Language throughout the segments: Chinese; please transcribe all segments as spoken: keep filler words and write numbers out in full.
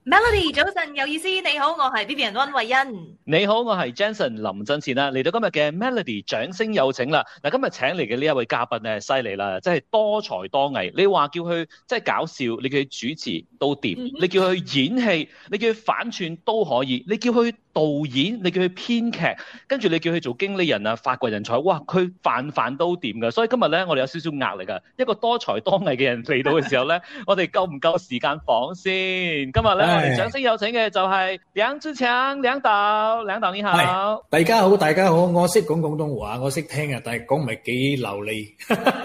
Melody 早晨有意思，你好，我係 Vivian 溫慧欣。 你好，我係 Jensen 林振前啦。嚟到今日嘅 Melody 掌聲有請啦。嗱，今日請嚟嘅呢一位嘉賓咧，犀利啦，真係多才多藝。你話叫佢即係搞笑，你叫佢主持都掂；嗯、你叫佢演戲，你叫佢反串都可以；你叫佢導演，你叫佢編劇，跟住你叫佢做經理人啊，發掘人才，哇，佢飯飯都掂㗎。所以今日咧，我哋有少少壓力㗎。一個多才多藝嘅人嚟到嘅時候咧，我哋夠唔夠時間講先？今日咧。我哋掌聲有請嘅就係梁智強梁導，梁導你好。 大家好，大家好，我識講廣東話，我識聽啊，但係講唔係幾流利。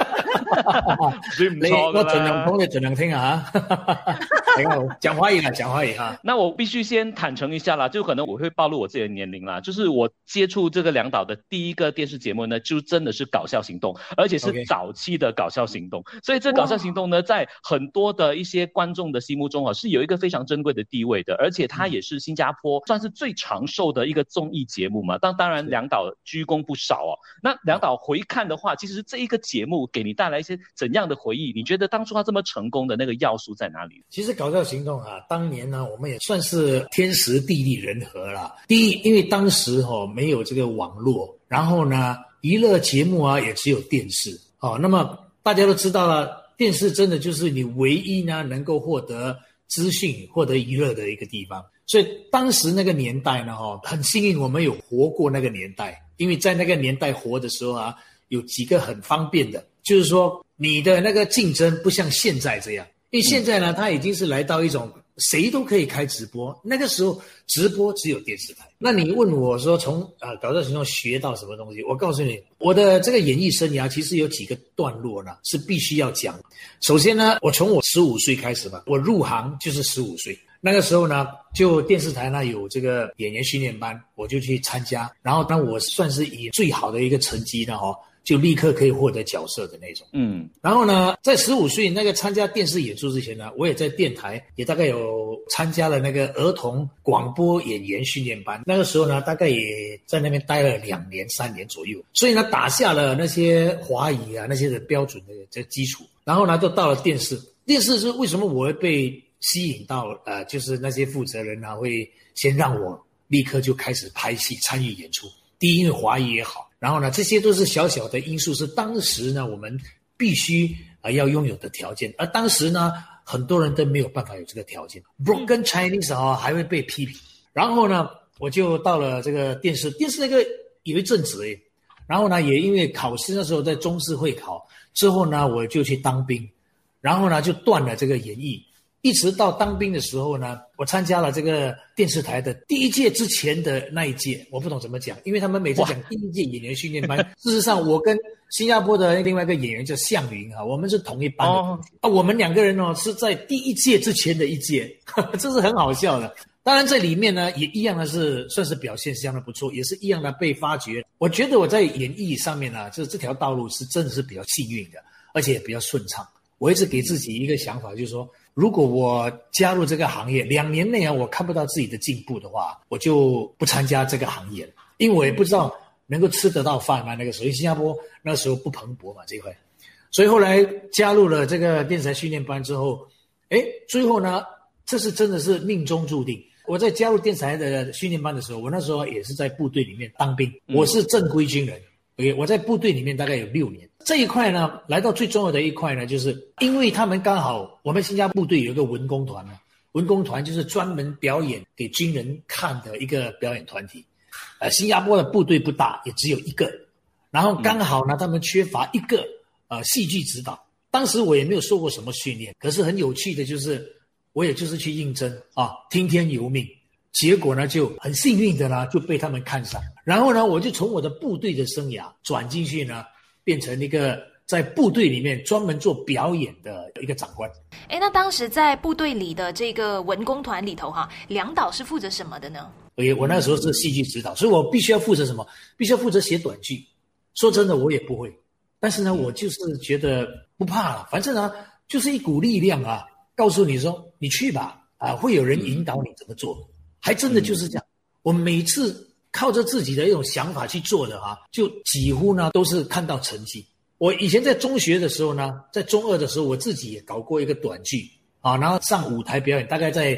你我盡量講，你盡量聽啊吓。大家好，講華語啦，講華語哈。 那我必須先坦誠一下啦，就可能我會暴露我自己的年齡啦。就是我接觸這個梁導的第一個電視節目呢，就真的是搞笑行動，而且是早期的搞笑行動。Okay. 所以這搞笑行動呢，在很多的一些觀眾的心目中啊，是有一個非常珍貴的地位的，而且它也是新加坡算是最長壽的一個綜藝節目嘛。當當然梁導居功不少哦。那梁導回看的話，其實這一個節目給你帶來一些怎樣的回憶？你覺得當初他這麼成功的那個要素在哪裡？ 其實搞笑行動啊，當年呢，我們也算是天時地利人和啦。第一，因為當時哦沒有這個網絡，然後呢，娛樂節目啊也只有電視哦。那麼大家都知道了，電視真的就是你唯一呢能夠獲得資訊、獲得娛樂的一個地方。所以當時那個年代呢，哈，很幸運我們有活過那個年代，因為在那個年代活的時候啊，有幾個很方便的，就是說你的那個競爭不像現在這樣。因為現在呢，它已經是來到一種誰都可以開直播。那個時候直播只有電視台。那你問我說從呃搞笑行動學到什麼東西？我告訴你，我的這個演藝生涯其實有幾個段落呢，是必須要講。首先呢，我從我十五歲開始吧，我入行就是十五歲。那個時候呢，就電視台呢有這個演員訓練班，我就去參加。然後呢，我算是以最好的一個成績呢，哈。就立刻可以獲得角色的那種。嗯，然後呢，在十五歲那個參加電視演出之前呢，我也在電台也大概有參加了那個兒童廣播演員訓練班。那個時候呢，大概也在那邊待了兩年、三年左右。所以呢，打下了那些華語啊那些的標準的這基礎。然後呢，就到了電視。電視是為什麼我會被吸引到？呃，就是那些負責人啊，會先讓我立刻就開始拍戲、參與演出。第一，因為華語也好。然後呢，這些都是小小的因素，是當時呢我們必須啊要擁有的條件。而當時呢，很多人都沒有辦法有這個條件。Broken Chinese 啊，還會被批評。然後呢，我就到了這個電視，電視那個有一陣子誒。然後呢，也因為考試那時候在中試會考之後呢，我就去當兵，然後呢就斷了這個演藝。一直到當兵的時候呢，我參加了這個電視台的第一屆之前的那一屆，我不懂怎麼講，因為他們每次講第一屆演員訓練班，事實上我跟新加坡的另外一個演員叫向雲啊，我們是同一班的啊，哦，我們兩個人哦是在第一屆之前的一屆，呵呵，這是很好笑的。當然這裡面呢也一樣的是算是表現相當不錯，也是一樣的被發掘。我覺得我在演藝上面呢，這這條道路是真的是比較幸運的，而且也比較順暢。我一直給自己一個想法，就是說，如果我加入這個行業兩年內啊，我看不到自己的進步的話，我就不參加這個行業了，因為我也不知道能夠吃得到飯嘛。那個時候，因為新加坡那時候不蓬勃嘛，這一塊。所以後來加入了這個電視台訓練班之後，誒，最後呢，這是真的是命中注定。我在加入電視台的訓練班的時候，我那時候也是在部隊裡面當兵，我是正規軍人。OK，我在部隊裡面大概有六年。這一塊呢，來到最重要的一塊呢，就是因為他們剛好，我們新加坡部隊有一個文工團嘛，文工團就是專門表演給軍人看的一個表演團體。呃，新加坡的部隊不大，也只有一個，然後剛好呢，他們缺乏一個呃戲劇指導。當時我也沒有受過什麼訓練，可是很有趣的就是，我也就是去應徵啊，聽天由命。結果呢，就很幸運的呢，就被他們看上。然後呢，我就從我的部隊的生涯轉進去呢，變成一個在部隊裡面專門做表演的一個長官。 誒，那當時在部隊裡的這個文工團裡頭哈，梁導是負責什麼的呢？ 誒，我那時候是戲劇指導，所以我必須要負責什麼？必須要負責寫短劇。說真的，我也不會，但是呢，我就是覺得不怕了，反正呢，就是一股力量啊，告訴你說你去吧，啊，會有人引導你怎麼做。嗯，還真的就是這樣，我每次靠着自己的一種想法去做的哈，就幾乎呢都是看到成績。我以前在中學的時候呢，在中二的時候，我自己也搞過一個短劇啊，然後上舞台表演，大概在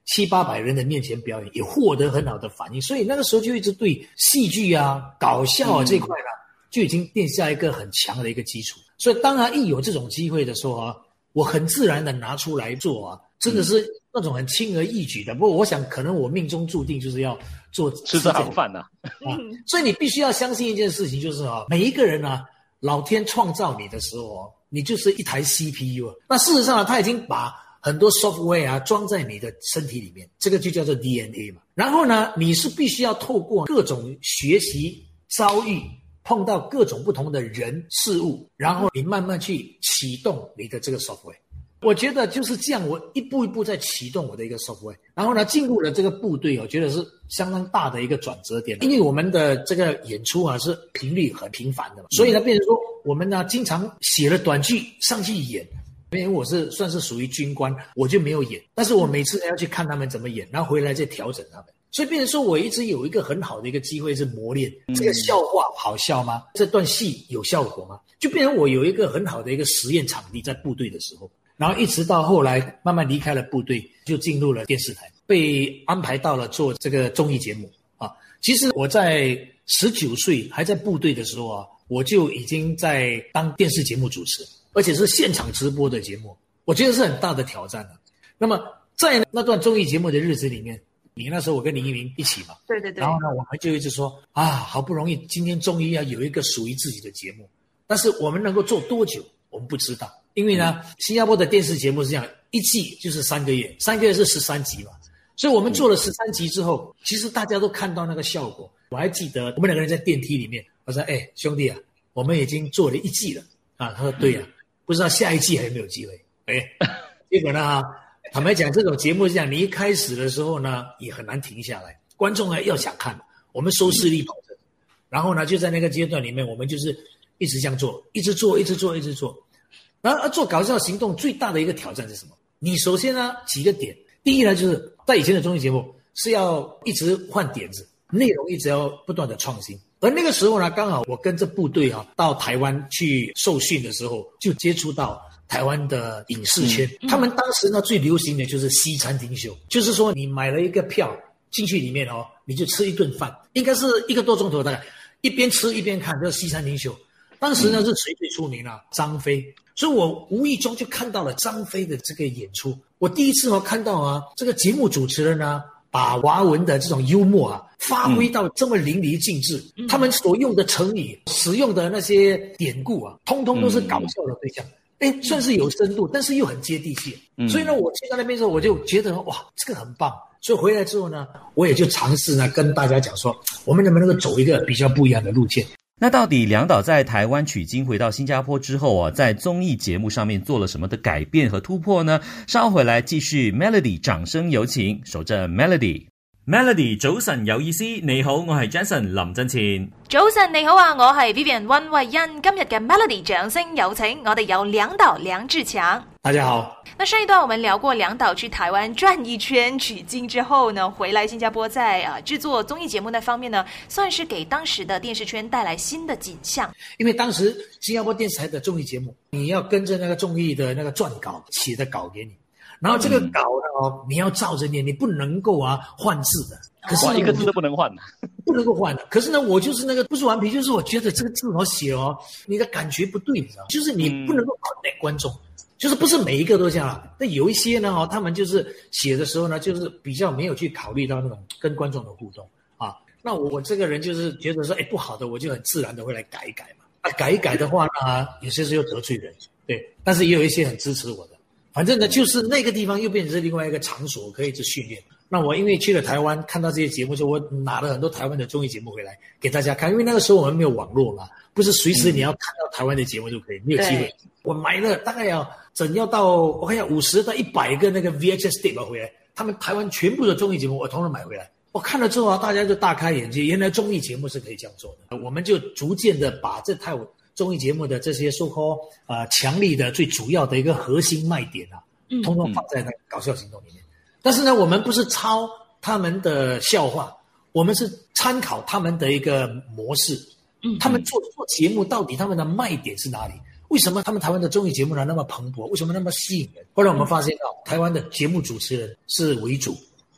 七八百人的面前表演，也获得很好的反应，所以那个时候就一直对戏剧啊、搞笑啊这块呢，就已经奠下一个很强的一个基础。所以当然一有这种机会的时候啊，我很自然的拿出来做啊，真的是那种很轻而易举的。不过我想可能我命中注定就是要做吃这行饭呐、 啊，所以你必须要相信一件事情，就是啊，每一个人啊，老天创造你的时候哦，你就是一台 C P U 啊。那事实上呢，他已经把很多 software 啊装在你的身体里面，这个就叫做 D N A 嘛。然后呢，你是必须要透过各种学习遭遇，碰到各种不同的人事物，然后你慢慢去启动你的这个 software。我觉得就是这样，我一步一步在启动我的一个 software， 然后呢，进入了这个部队，我觉得是相当大的一个转折点。因为我们的这个演出啊是频率很频繁的嘛，所以呢，变成说我们呢经常写了短剧上去演。因为我是算是属于军官，我就没有演，但是我每次要去看他们怎么演，然后回来再调整他们。所以变成说我一直有一个很好的一个机会是磨练这个笑话好笑吗？这段戏有效果吗？就变成我有一个很好的一个实验场地在部队的时候，然后一直到后来慢慢离开了部队，就进入了电视台，被安排到了做这个综艺节目啊。其实我在十九岁还在部队的时候啊，我就已经在当电视节目主持，而且是现场直播的节目，我觉得是很大的挑战的、啊。那么在那段综艺节目的日子里面，你那时候我跟林依林一起嘛， 对对对， 然后呢，我们就一直说啊，好不容易今天终于要有一个属于自己的节目，但是我们能够做多久，我们不知道，因为呢，新加坡的电视节目是这样，一季就是三个月，三个月是十三集嘛，所以我们做了十三集之后，其实大家都看到那个效果。我还记得我们两个人在电梯里面，我说：“哎，兄弟啊，我们已经做了一季了啊。”他说：“对呀、啊。”不知道下一季还有没有机会？哎，结果呢，坦白讲，这种节目是这样，你一开始的时候呢，也很难停下来，观众呢要想看，我们收视率保证。然后呢，就在那个阶段里面，我们就是一直这样做，一直做，一直做，一直做。然后做搞笑行动最大的一个挑战是什么？你首先呢几个点，第一呢就是在以前的综艺节目是要一直换点子，内容一直要不断的创新。而那个时候呢，刚好我跟着部队啊到台湾去受训的时候，就接触到台湾的影视圈。嗯、他们当时呢最流行的就是西餐厅秀，就是说你买了一个票进去里面哦，你就吃一顿饭，应该是一个多钟头，大概一边吃一边看，这西餐厅秀。当时呢是谁最出名啊？张飞。所以我无意中就看到了张飞的这个演出。我第一次哦看到啊，这个节目主持人呢，把华文的这种幽默啊发挥到这么淋漓尽致，嗯、他们所用的成语、使用的那些典故啊，通通都是搞笑的对象。哎、嗯，算是有深度，但是又很接地气。嗯、所以呢，我去到那边之后，我就觉得哇，这个很棒。所以回来之后呢，我也就尝试呢跟大家讲说，我们能不能够走一个比较不一样的路线。 那到底梁导在台湾取经回到新加坡之后啊，在综艺节目上面做了什么的改变和突破呢？稍後回來繼續 Melody 掌聲有請，守着 Melody。Melody 早晨有意思，你好，我係 Jason 林振前。 早晨你好啊，我係 Vivian 溫慧欣。今日嘅 Melody 掌聲有請，我哋有梁導梁志強。 大家好。 那上一段我們聊過梁導去台灣轉一圈取經之後呢，回來新加坡在啊製作綜藝節目那方面呢，算是給當時的電視圈帶來新的景象。 因為當時新加坡電視台的綜藝節目，你要跟着那個綜藝的那個撰稿寫的稿給你，然後這個稿呢，哦，你要照着念，你不能夠啊換字的。可是一個字都不能換， 不能夠換的。可是呢，我就是那個不是頑皮，就是我覺得這個字我寫哦，你的感覺不對，你知道，就是你不能夠 connect 觀眾。就是不是每一個都這樣啦，但有一些呢，哦，他們就是寫的時候呢，就是比較沒有去考慮到那種跟觀眾的互動啊。那我我這個人就是覺得說，哎，不好的，我就很自然的會來改一改嘛。啊，改一改的話呢，有些時候得罪人，對，但是也有一些很支持我的。反正呢，就是那個地方又變成是另外一個場所，可以去訓練。那我因為去了台灣，看到這些節目，就我拿了很多台灣的綜藝節目回來給大家看。因為那個時候我們沒有網絡嘛，不是隨時你要看到台灣的節目就可以，沒有機會。我買了大概要整要到我看下五十到一百個那個 V H S tape 回來，他們台灣全部的綜藝節目我統統買回來。我看了之後啊，大家就大開眼界，原來綜藝節目是可以這樣做的。我們就逐漸的把這台綜藝節目的這些 so called 呃強力的最主要的一個核心賣點啊，統統放在那個搞笑行動裡面。但是呢，我們不是抄他們的笑話，我們是參考他們的一個模式。他們做做節目到底他們的賣點是哪裡？為什麼他們台灣的綜藝節目呢那麼蓬勃？為什麼那麼吸引人？後來我們發現到台灣的節目主持人是為主，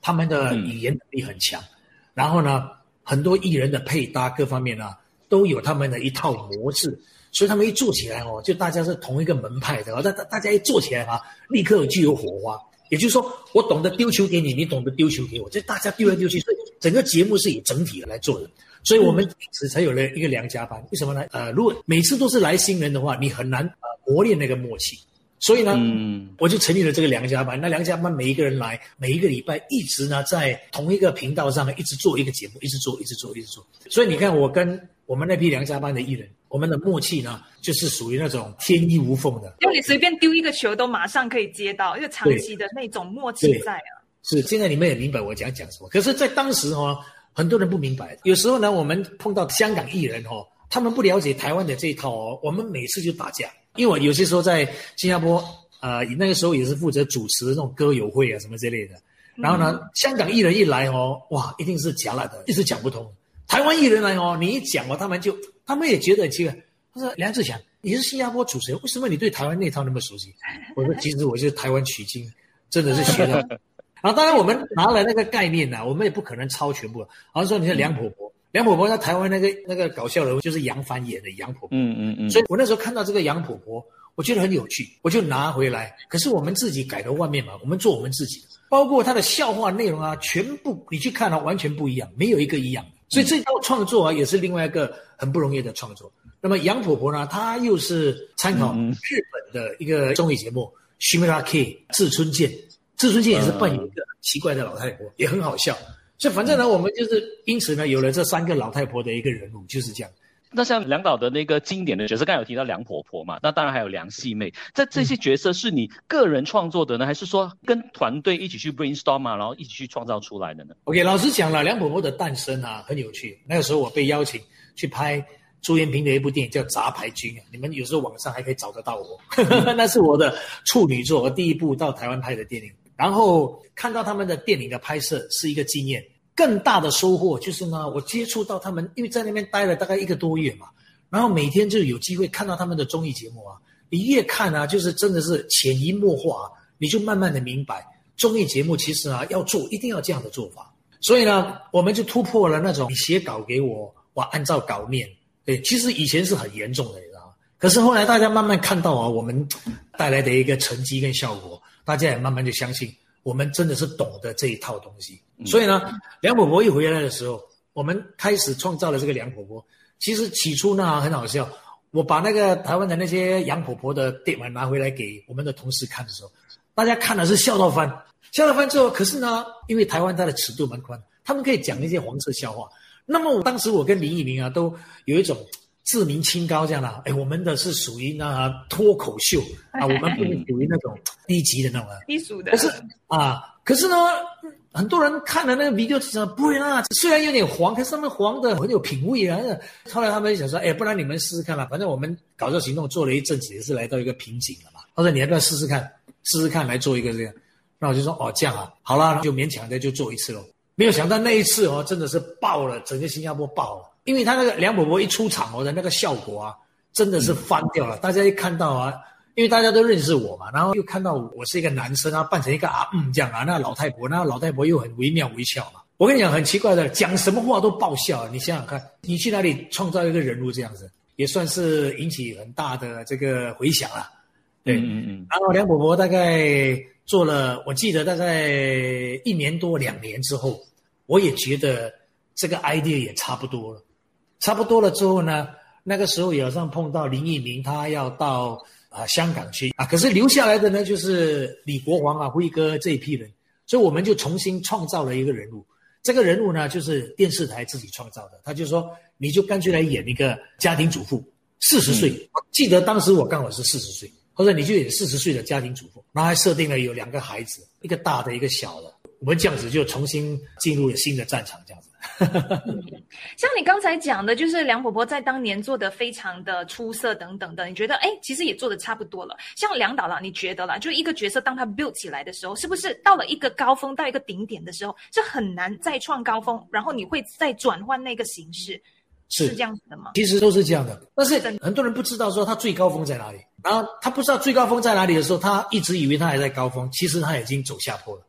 他们的语言能力很强，嗯、然后呢，很多艺人的配搭各方面呢，都有他们的一套模式，所以他们一做起来哦，就大家是同一个门派的，大大家一做起来啊，立刻就有火花。也就是说，我懂得丢球给你，你懂得丢球给我，就大家丢来丢去，所以整个节目是以整体来做的。所以我们因此才有了一个梁家班。为什么呢？呃，如果每次都是来新人的话，你很难呃磨练那个默契。所以呢，嗯，我就成立了这个梁家班。那梁家班每一个人来，每一个礼拜一直呢在同一个频道上一直做一个节目，一直做，一直做，一直做。所以你看，我跟我们那批梁家班的艺人，我们的默契呢，就是属于那种天衣无缝的。 就你随便丢一个球都马上可以接到，因为长期的那种默契在啊。 是，现在你们也明白我讲讲什么。可是，在当时哦，很多人不明白。有时候呢，我们碰到香港艺人哦，他们不了解台湾的这一套哦，我们每次就打架。因为我有些时候在新加坡，呃，那个时候也是负责主持那种歌友会啊什么之类的。然后呢，嗯、香港艺人一来哦，哇，一定是假了的，一直讲不通。台湾艺人来哦，你一讲哦，他们就他们也觉得奇怪。他说：“梁志祥，你是新加坡主持人，为什么你对台湾那套那么熟悉？”我说：“其实我就是台湾取经，真的是学的。”然后当然我们拿了那个概念呢、啊，我们也不可能抄全部。好像说你看梁婆婆，梁婆婆在台湾那个那个搞笑人物就是杨帆演的杨婆婆，嗯嗯嗯。所以我那时候看到这个杨婆婆，我觉得很有趣，我就拿回来。可是我们自己改头换面嘛，我们做我们自己的，包括她的笑话内容啊，全部你去看啊，完全不一样，没有一个一样的。所以这套创作啊，也是另外一个很不容易的创作。那么杨婆婆呢，她又是参考日本的一个综艺节目《Shimura K》志村健，志村健也是扮演一个奇怪的老太婆，也很好笑。所以反正呢，我们就是因此呢，有了这三个老太婆的一个人物，就是这样。 那像梁导的那个经典的角色，刚才有提到梁婆婆嘛，那当然还有梁细妹。在这些角色是你个人创作的呢，还是说跟团队一起去 brainstorm 啊，然后一起去创造出来的呢 ？OK， 老实讲了，梁婆婆的诞生啊，很有趣。那个时候我被邀请去拍朱延平的一部电影叫《杂牌军》，你们有时候网上还可以找得到我，那是我的处女作，我第一部到台湾拍的电影。然后看到他们的电影的拍摄是一个经验。更大的收获就是呢，我接触到他们，因为在那边待了大概一个多月嘛，然后每天就有机会看到他们的综艺节目啊，你越看啊，就是真的是潜移默化、啊，你就慢慢的明白，综艺节目其实啊要做一定要这样的做法。所以呢，我们就突破了那种你写稿给我，我按照稿念。对，其实以前是很严重的，你知道吗？可是后来大家慢慢看到啊，我们带来的一个成绩跟效果，大家也慢慢就相信。我们真的是懂得这一套东西，所以呢，梁婆婆一回来的时候，我们开始创造了这个梁婆婆。其实起初呢很好笑，我把那个台湾的那些杨婆婆的电影拿回来给我们的同事看的时候，大家看的是笑到翻，笑到翻之后，可是呢，因为台湾它的尺度蛮宽，他们可以讲那些黄色笑话。那么我当时我跟林义明啊，都有一种自命清高这样啦，哎，我们的是属于那脱口秀啊，我们不是属于那种低级的那种啊， 低俗的。 可是啊，可是呢，很多人看了那个 video 讲不会啦，虽然有点黄，可是他们黄的很有品味啊。后来他们想说，哎，不然你们试试看啦，反正我们搞笑行动做了一阵子，也是来到一个瓶颈了嘛。他说你要不要试试看，试试看来做一个这样。那我就说哦，这样啊，好啦，就勉强的就做一次咯。没有想到那一次哦，真的是爆了，整个新加坡爆了。因为他那个梁婆婆一出场哦的那个效果啊，真的是翻掉了。大家一看到啊，因为大家都认识我嘛，然后又看到我是一个男生啊，扮成一个啊嗯这样啊，那老太婆，那老太婆又很惟妙惟肖嘛。我跟你讲，很奇怪的，讲什么话都爆笑。你想想看，你去哪里创造一个人物这样子，也算是引起很大的这个回响了。对，嗯嗯嗯。然后梁婆婆大概做了，我记得大概一年多两年之后，我也觉得这个 idea 也差不多了。差不多了之后呢，那个时候也好像碰到林义明，他要到啊、呃、香港去啊，可是留下来的呢就是李国煌啊、辉哥这一批人，所以我们就重新创造了一个人物。这个人物呢就是电视台自己创造的，他就说你就干脆来演一个家庭主妇，四十岁，嗯、我记得当时我刚好是四十岁，或者你就演四十岁的家庭主妇，然后还设定了有两个孩子，一个大的，一个小的，我们这样子就重新进入了新的战场，这样子。 像你刚才讲的，就是梁婆婆在当年做的非常的出色等等的，你觉得哎，其实也做的差不多了。像梁导啦，你觉得啦，就一个角色当他 build 起来的时候，是不是到了一个高峰，到一个顶点的时候，是很难再创高峰，然后你会再转换那个形式，是这样子的吗？ 其实都是这样的，但是很多人不知道说他最高峰在哪里，然后他不知道最高峰在哪里的时候，他一直以为他还在高峰，其实他已经走下坡了。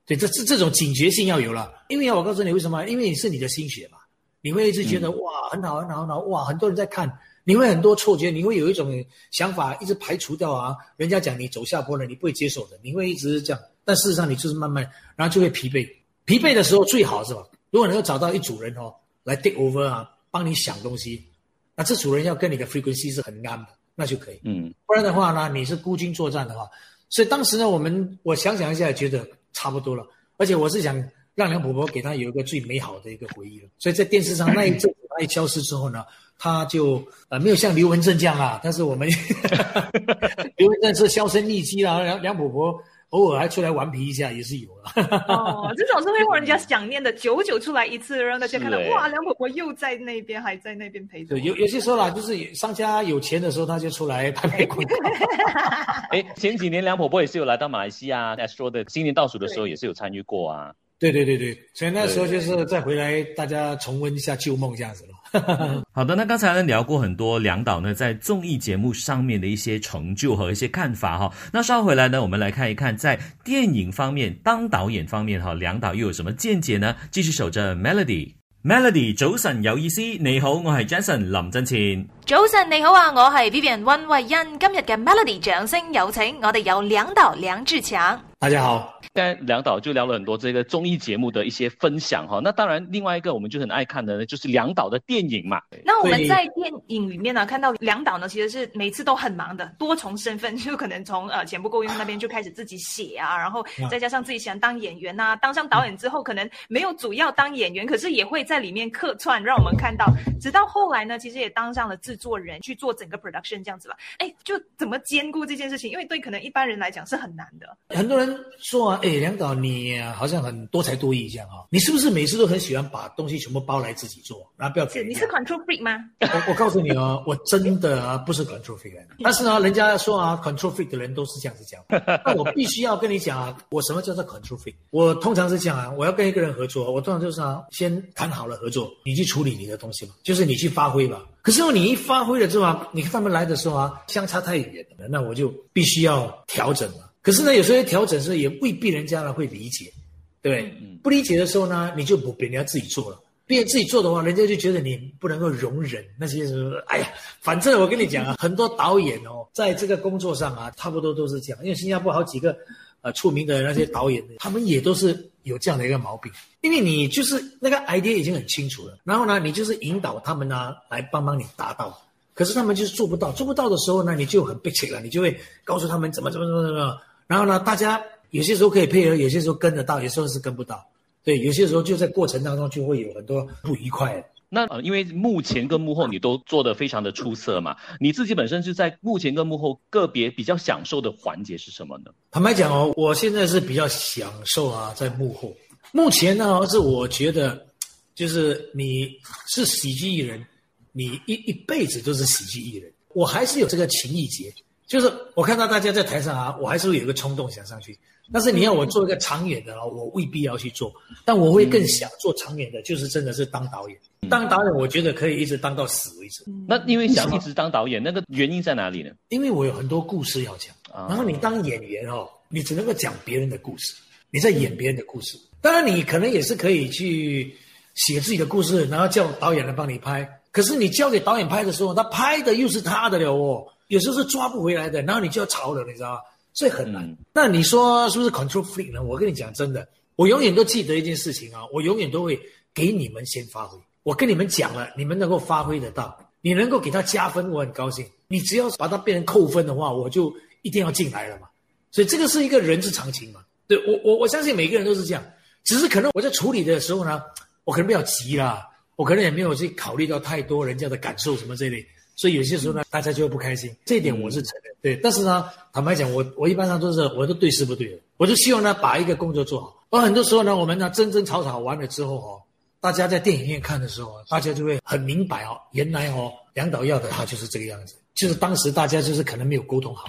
对，这这这种警觉性要有了。因为我告诉你为什么？因为是你的心血嘛，你会一直觉得、嗯、哇很好很好很好，哇很多人在看，你会很多错觉，你会有一种想法一直排除掉啊。人家讲你走下坡了，你不会接受的，你会一直这样。但事实上你就是慢慢，然后就会疲惫。疲惫的时候最好是吧？如果能够找到一组人哦来 take over 啊，帮你想东西，那这组人要跟你的 frequency 是很啱的，那就可以。嗯，不然的话呢，你是孤军作战的话，所以当时呢，我们我想想一下，觉得差不多了。而且我是想让梁婆婆给她有一个最美好的一个回忆了。所以在电视上那一阵子她一消失之后呢，她就呃没有像刘文正这样啊，但是我们刘文正是销声匿迹啦，梁梁婆婆偶尔还出来顽皮一下也是有了。 哦，这种是会让人家想念的，久久出来一次，让大家看到哇，梁婆婆又在那边，还在那边陪着。 对，有有些时候啦，就是商家有钱的时候，他就出来拍拍广告。 哎，前几年梁婆婆也是有来到马来西亚 Astro 的新年倒数的时候，也是有参与过啊。 对对对对，所以那时候就是再回来，大家重温一下旧梦这样子了。 好的，那刚才呢聊过很多梁导呢在综艺节目上面的一些成就和一些看法哈。那稍后回来呢，我们来看一看在电影方面、当导演方面哈，梁导又有什么見解呢？繼續守着 Melody。Melody 早晨有意思，你好，我係 Jason 林振前。 早晨你好啊，我係 Vivian 溫慧欣。今日嘅 Melody 掌聲有請，我哋有梁導梁志強。 大家好。 刚才梁导就聊了很多这个综艺节目的一些分享哈，那当然另外一个我们就很爱看的呢，就是梁导的电影嘛。 那我们在电影里面呢，看到梁导呢其实是每次都很忙的，多重身份，就可能从呃钱不够用那边就开始自己写啊，然后再加上自己喜欢当演员啊，当上导演之后可能没有主要当演员，可是也会在里面客串，让我们看到，直到后来呢，其实也当上了制作人，去做整个 production 这样子吧。哎，就怎么兼顾这件事情？因为对可能一般人来讲是很难的。 很多人说啊，哎，梁导你、啊、好像很多才多艺这样啊，你是不是每次都很喜欢把东西全部包来自己做，然后不要给人家？ 你是 control freak 吗？ 我我告诉你哦，我真的啊不是 control freak， 但是呢，人家说啊 control freak 的人都是这样子讲。那我必须要跟你讲啊，我什么叫做 control freak？ 我通常是这样啊，我要跟一个人合作，我通常就是啊，先谈好了合作，你去处理你的东西嘛，就是你去发挥吧。可是你一发挥了之后啊，你看他们来的时候啊，相差太远了，那我就必须要调整嘛。可是呢，有时候调整是也未必人家呢会理解，对不对？嗯、不理解的时候呢，你就不别人家自己做了。别人自己做的话，人家就觉得你不能够容忍那些什么。哎呀，反正我跟你讲啊，很多导演哦，在这个工作上啊，差不多都是这样。因为新加坡好几个呃出名的那些导演，他们也都是有这样的一个毛病。因为你就是那个 idea 已经很清楚了，然后呢，你就是引导他们呢来帮帮你达到。可是他们就是做不到，做不到的时候呢，你就很迫切了，你就会告诉他们怎么怎么怎么怎么。然后呢，大家有些时候可以配合，有些时候跟得到，有时候是跟不到。对，有些时候就在过程当中就会有很多不愉快。 那呃，因为幕前跟幕后你都做得非常的出色嘛，你自己本身是在幕前跟幕后个别比较享受的环节是什么呢？ 坦白讲哦，我现在是比较享受啊，在幕后。目前呢，是我觉得就是你是喜剧艺人，你一一辈子都是喜剧艺人。我还是有这个情谊结，就是我看到大家在台上啊，我还是会有一个冲动想上去。但是你要我做一个长远的啊，我未必要去做。但我会更想做长远的，就是真的是当导演。当导演，我觉得可以一直当到死为止。 那因为想一直当导演，那个原因在哪里呢？ 因为我有很多故事要讲，然后你当演员哦，你只能够讲别人的故事，你在演别人的故事。当然，你可能也是可以去写自己的故事，然后叫导演来帮你拍。可是你交给导演拍的时候，他拍的又是他的了哦，有时候是抓不回来的，然后你就要吵了，你知道吗？所以很难。嗯、那你说是不是 control freak 呢？我跟你讲真的，我永远都记得一件事情啊，我永远都会给你们先发挥。我跟你们讲了，你们能够发挥得到，你能够给他加分，我很高兴。你只要把它变成扣分的话，我就一定要进来了嘛。所以这个是一个人之常情嘛。对，我我我相信每个人都是这样，只是可能我在处理的时候呢，我可能比较急啦，我可能也没有去考虑到太多人家的感受什么这类。所以有些时候呢，大家就会不开心，这一点我是承认。对，但是呢，坦白讲，我我一般上都是我都对事不对人，我就希望呢把一个工作做好。而很多时候呢，我们呢争争吵吵完了之后哦，大家在电影院看的时候，大家就会很明白哦，原来哦梁导要的他就是这个样子，就是当时大家就是可能没有沟通好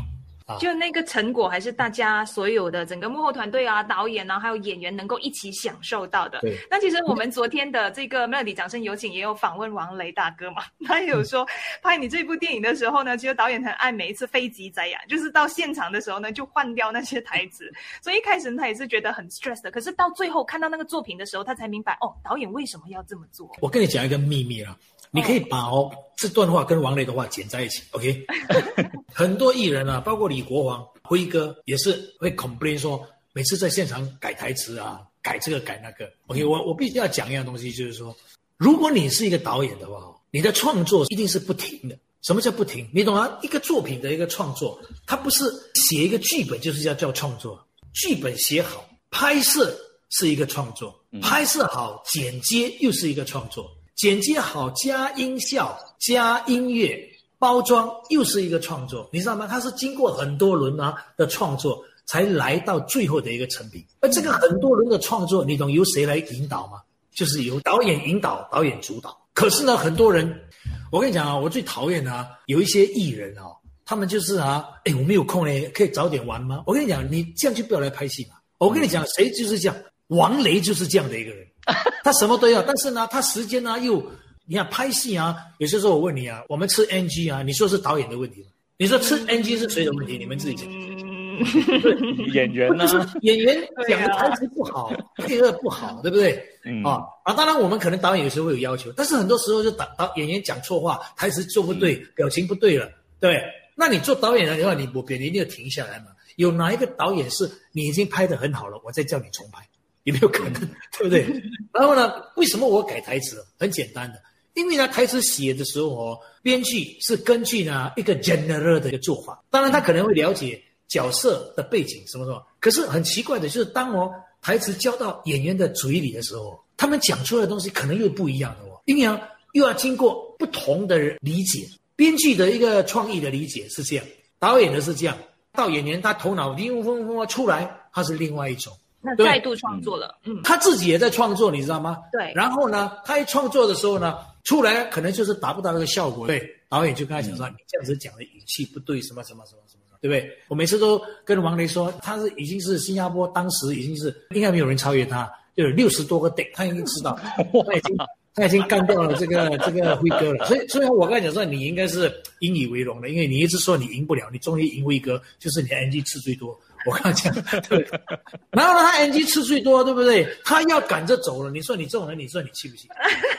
就那个成果还是大家所有的整个幕后团队啊、导演啊，还有演员能够一起享受到的。 对。 那其实我们昨天的这个 Melody 掌声有请也有访问王雷大哥嘛，他也有说、嗯、拍你这部电影的时候呢，其实导演很爱每一次飞机载呀，就是到现场的时候呢就换掉那些台词，所以一开始他也是觉得很 stress 的，可是到最后看到那个作品的时候，他才明白哦，导演为什么要这么做。 我跟你讲一个秘密啦，你可以把哦这段话跟王雷的话剪在一起 ，OK？ 很多艺人啊，包括李国煌、辉哥也是会 complain 说，每次在现场改台词啊，改这个改那个。OK， 我我必须要讲一样东西，就是说，如果你是一个导演的话，你的创作一定是不停的。什么叫不停？你懂啊？一个作品的一个创作，它不是写一个剧本就是要叫创作，剧本写好，拍摄是一个创作，拍摄好，剪接又是一个创作。剪接好加音效加音乐包装又是一个创作，你知道吗？它是经过很多轮啊的创作才来到最后的一个成品。而这个很多轮的创作，你懂由谁来引导吗？就是由导演引导，导演主导。可是呢，很多人，我跟你讲啊，我最讨厌啊，有一些艺人啊，他们就是啊，哎，我没有空呢，可以早点玩吗？我跟你讲，你这样就不要来拍戏嘛。我跟你讲，谁就是这样，王雷就是这样的一个人。他什么都要，但是呢，他时间呢又，你看拍戏啊，有些时候我问你啊，我们吃 N G 啊，你说是导演的问题吗？你说吃 N G 是谁的问题？你们自己讲。 演员呢、啊？ 演员讲的台词不好，配合不好，对不对？嗯啊啊，当然我们可能导演有时候会有要求，但是很多时候就导导演员讲错话，台词做不对，嗯、表情不对了，对不对？那你做导演的话，你我别你一定要停下来嘛。有哪一个导演是你已经拍得很好了，我再叫你重拍？有没有可能？对不对？然后呢，为什么我改台词？很简单的，因为呢，台词写的时候哦，编剧是根据呢一个 general 的一个做法，当然他可能会了解角色的背景什么什么，可是很奇怪的就是，当我台词交到演员的嘴里的时候，他们讲出来的东西可能又不一样的哦，因为啊，又要经过不同的理解，编剧的一个创意的理解是这样，导演的是这样，到演员他头脑灵风风出来，他是另外一种。 那再度创作了，嗯， 他自己也在创作，你知道吗？ 对。 然后呢，他一创作的时候呢，出来可能就是达不到那个效果，对。导演就跟他讲说，嗯、你这样子讲的语气不对，什么什么什么什么，对不对？我每次都跟王雷说，他是已经是新加坡当时已经是应该没有人超越他，就有六十多个 day， 他已经知道，他已经他已经干掉了这个这个辉哥了。所以所以我跟他讲说，你应该是引以为荣的，因为你一直说你赢不了，你终于赢辉哥，就是你 N G 吃最多。我跟他讲，对，然後呢，他 N G 吃最多，對不對？他要趕着走了，你說你這種人，你說你氣不氣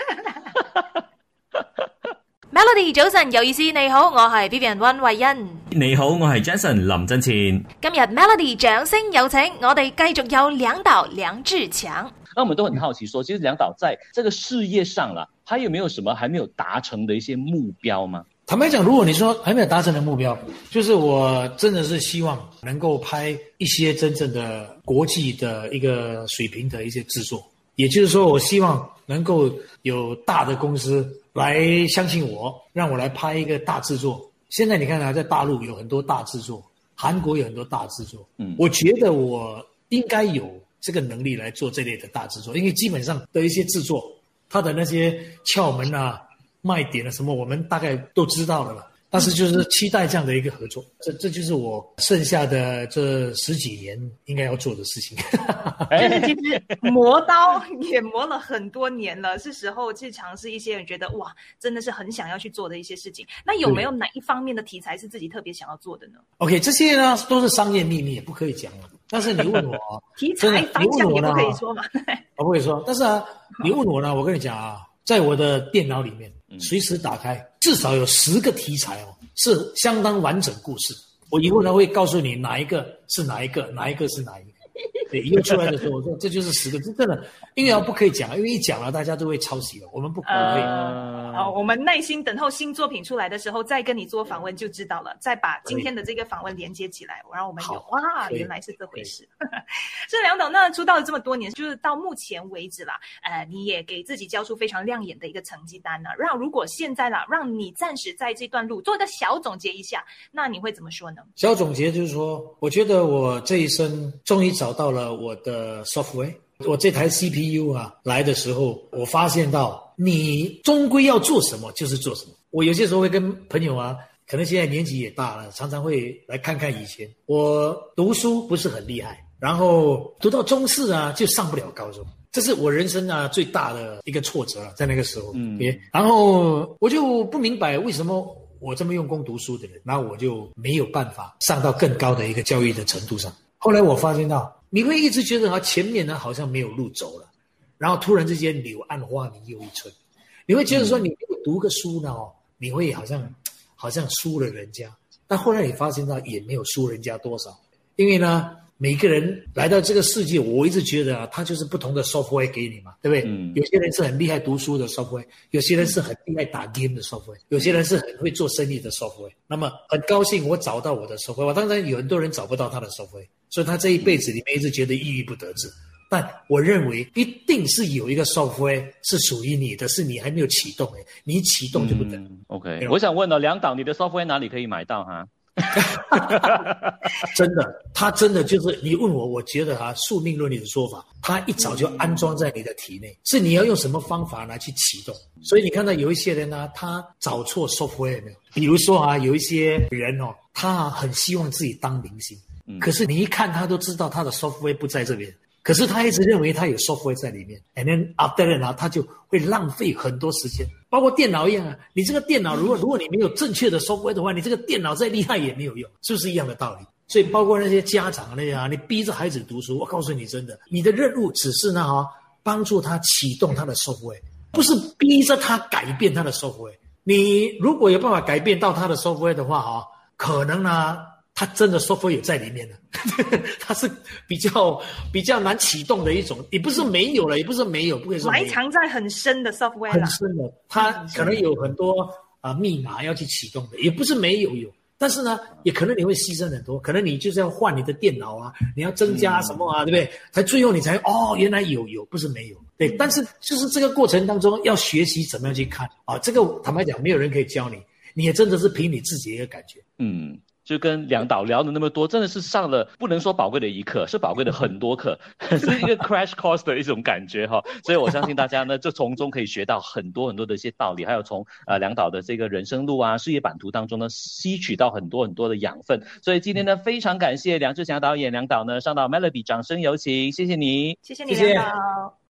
？Melody 早晨有意思，你好，我係 Vivian 溫慧欣。 你好，我係 Jason 林振前。 今日 Melody 掌聲有請，我哋繼續有梁導梁智強。 那我們都很好奇說，其實梁導在這個事業上啦，他有沒有什麼還沒有達成的一些目標嗎？ 坦白講，如果你說還沒有達成的目標，就是我真的是希望能夠拍一些真正的國際的一個水平的一些製作，也就是說我希望能夠有大的公司來相信我，讓我來拍一個大製作。現在你看啊，在大陸有很多大製作，韓國有很多大製作，嗯，我覺得我應該有這個能力來做這類的大製作，因為基本上的一些製作，它的那些竅門啊賣點啊什麼我們大概都知道了啦，但是就是期待這樣的一個合作，這這就是我剩下的這十幾年應該要做的事情。 就是其實磨刀也磨了很多年了，是時候去嘗試一些人覺得哇真的是很想要去做的一些事情。那有沒有哪一方面的題材是自己特別想要做的呢？ OK， 這些呢都是商業秘密，也不可以講了。但是你問我題材方向也不可以說嘛。 我不可以說，但是啊你問我呢，我跟你講啊，在我的電腦裡面隨時打開至少有十個題材哦，是相當完整故事。我以後呢會告訴你哪一個是哪一個，哪一個是哪一個。對，以後出來的時候我說這就是十個，這真的因為不可以講，因為一講了大家都會抄襲了，我們不可以。 呃、好，我們耐心等候新作品出來的時候再跟你做訪問就知道了，再把今天的這個訪問連接起來，然後我們有哇原來是這回事。是梁導，那出道了這麼多年，就是到目前為止啦，呃，你也給自己交出非常亮眼的一個成績單啦。讓如果現在啦，讓你暫時在這段路做一個小總結一下，那你會怎麼說呢？ 小總結就是說，我覺得我這一生終於找到了我的 software， 我這台 C P U 啊來的時候，我發現到你終歸要做什麼就是做什麼。我有些時候會跟朋友啊可能现在年纪也大了，常常会来看看以前。我读书不是很厉害，然后读到中四啊就上不了高中，这是我人生啊最大的一个挫折了，在那个时候。嗯，然后我就不明白为什么我这么用功读书的人，然后我就没有办法上到更高的一个教育的程度上。后来我发现到，你会一直觉得啊前面呢好像没有路走了，然后突然之间柳暗花明又一村，你会觉得说你没有读个书呢哦，你会好像好像输了人家，但后来你发现到也没有输人家多少，因为呢每个人来到这个世界，我一直觉得啊，他就是不同的 software 给你嘛，对不对？嗯，有些人是很厉害读书的 software， 有些人是很厉害打 game 的 software， 有些人是很会做生意的 software。那么很高兴我找到我的 software， 我当然有很多人找不到他的 software， 所以他这一辈子里面一直觉得郁郁不得志。但我认为一定是有一个 software 是属于你的，是你还没有启动诶，你一启动就不得。嗯、 OK， 我想问了，梁导，你的 software 哪里可以买到哈？ 真的，他真的就是你问我，我觉得啊，宿命论里的说法，他一早就安装在你的体内，是你要用什么方法呢去启动。所以你看到有一些人呢、啊，他找错 software 没有？比如说啊，有一些人哦，他、啊、很希望自己当明星，可是你一看他都知道他的 software 不在这边。可是他一直认为他有 software 在里面 ，and then after that 呢，他就会浪费很多时间，包括电脑一样啊。你这个电脑如果如果你没有正确的 software 的话，你这个电脑再厉害也没有用，是不是一样的道理？所以包括那些家长那样啊，你逼着孩子读书，我告诉你真的，你的任务只是呢哈，帮助他启动他的 software， 不是逼着他改变他的 software。你如果有办法改变到他的 software 的话哈，可能呢。它真的 software 也在里面了，它是比较比较难启动的一种，也不是没有了，也不是没有，不可以说埋藏在很深的 software， 很深的，它可能有很多啊、呃、密码要去启动的，也不是没有有，但是呢，也可能你会牺牲很多，可能你就是要换你的电脑啊，你要增加什么啊，嗯、对不对？才最后你才哦，原来有有，不是没有，对，但是就是这个过程当中要学习怎么样去看啊，这个坦白讲，没有人可以教你，你也真的是凭你自己的一个感觉， 嗯。就跟梁导聊了那么多，真的是上了不能说宝贵的一课，是宝贵的很多课，是一个 crash course 的一种感觉哈。所以我相信大家呢，就从中可以学到很多很多的一些道理，还有从呃梁导的这个人生路啊、事业版图当中呢，吸取到很多很多的养分。所以今天呢，非常感谢梁志祥导演梁导呢上到 Melody， 掌声有请，谢谢你， 谢谢你梁导。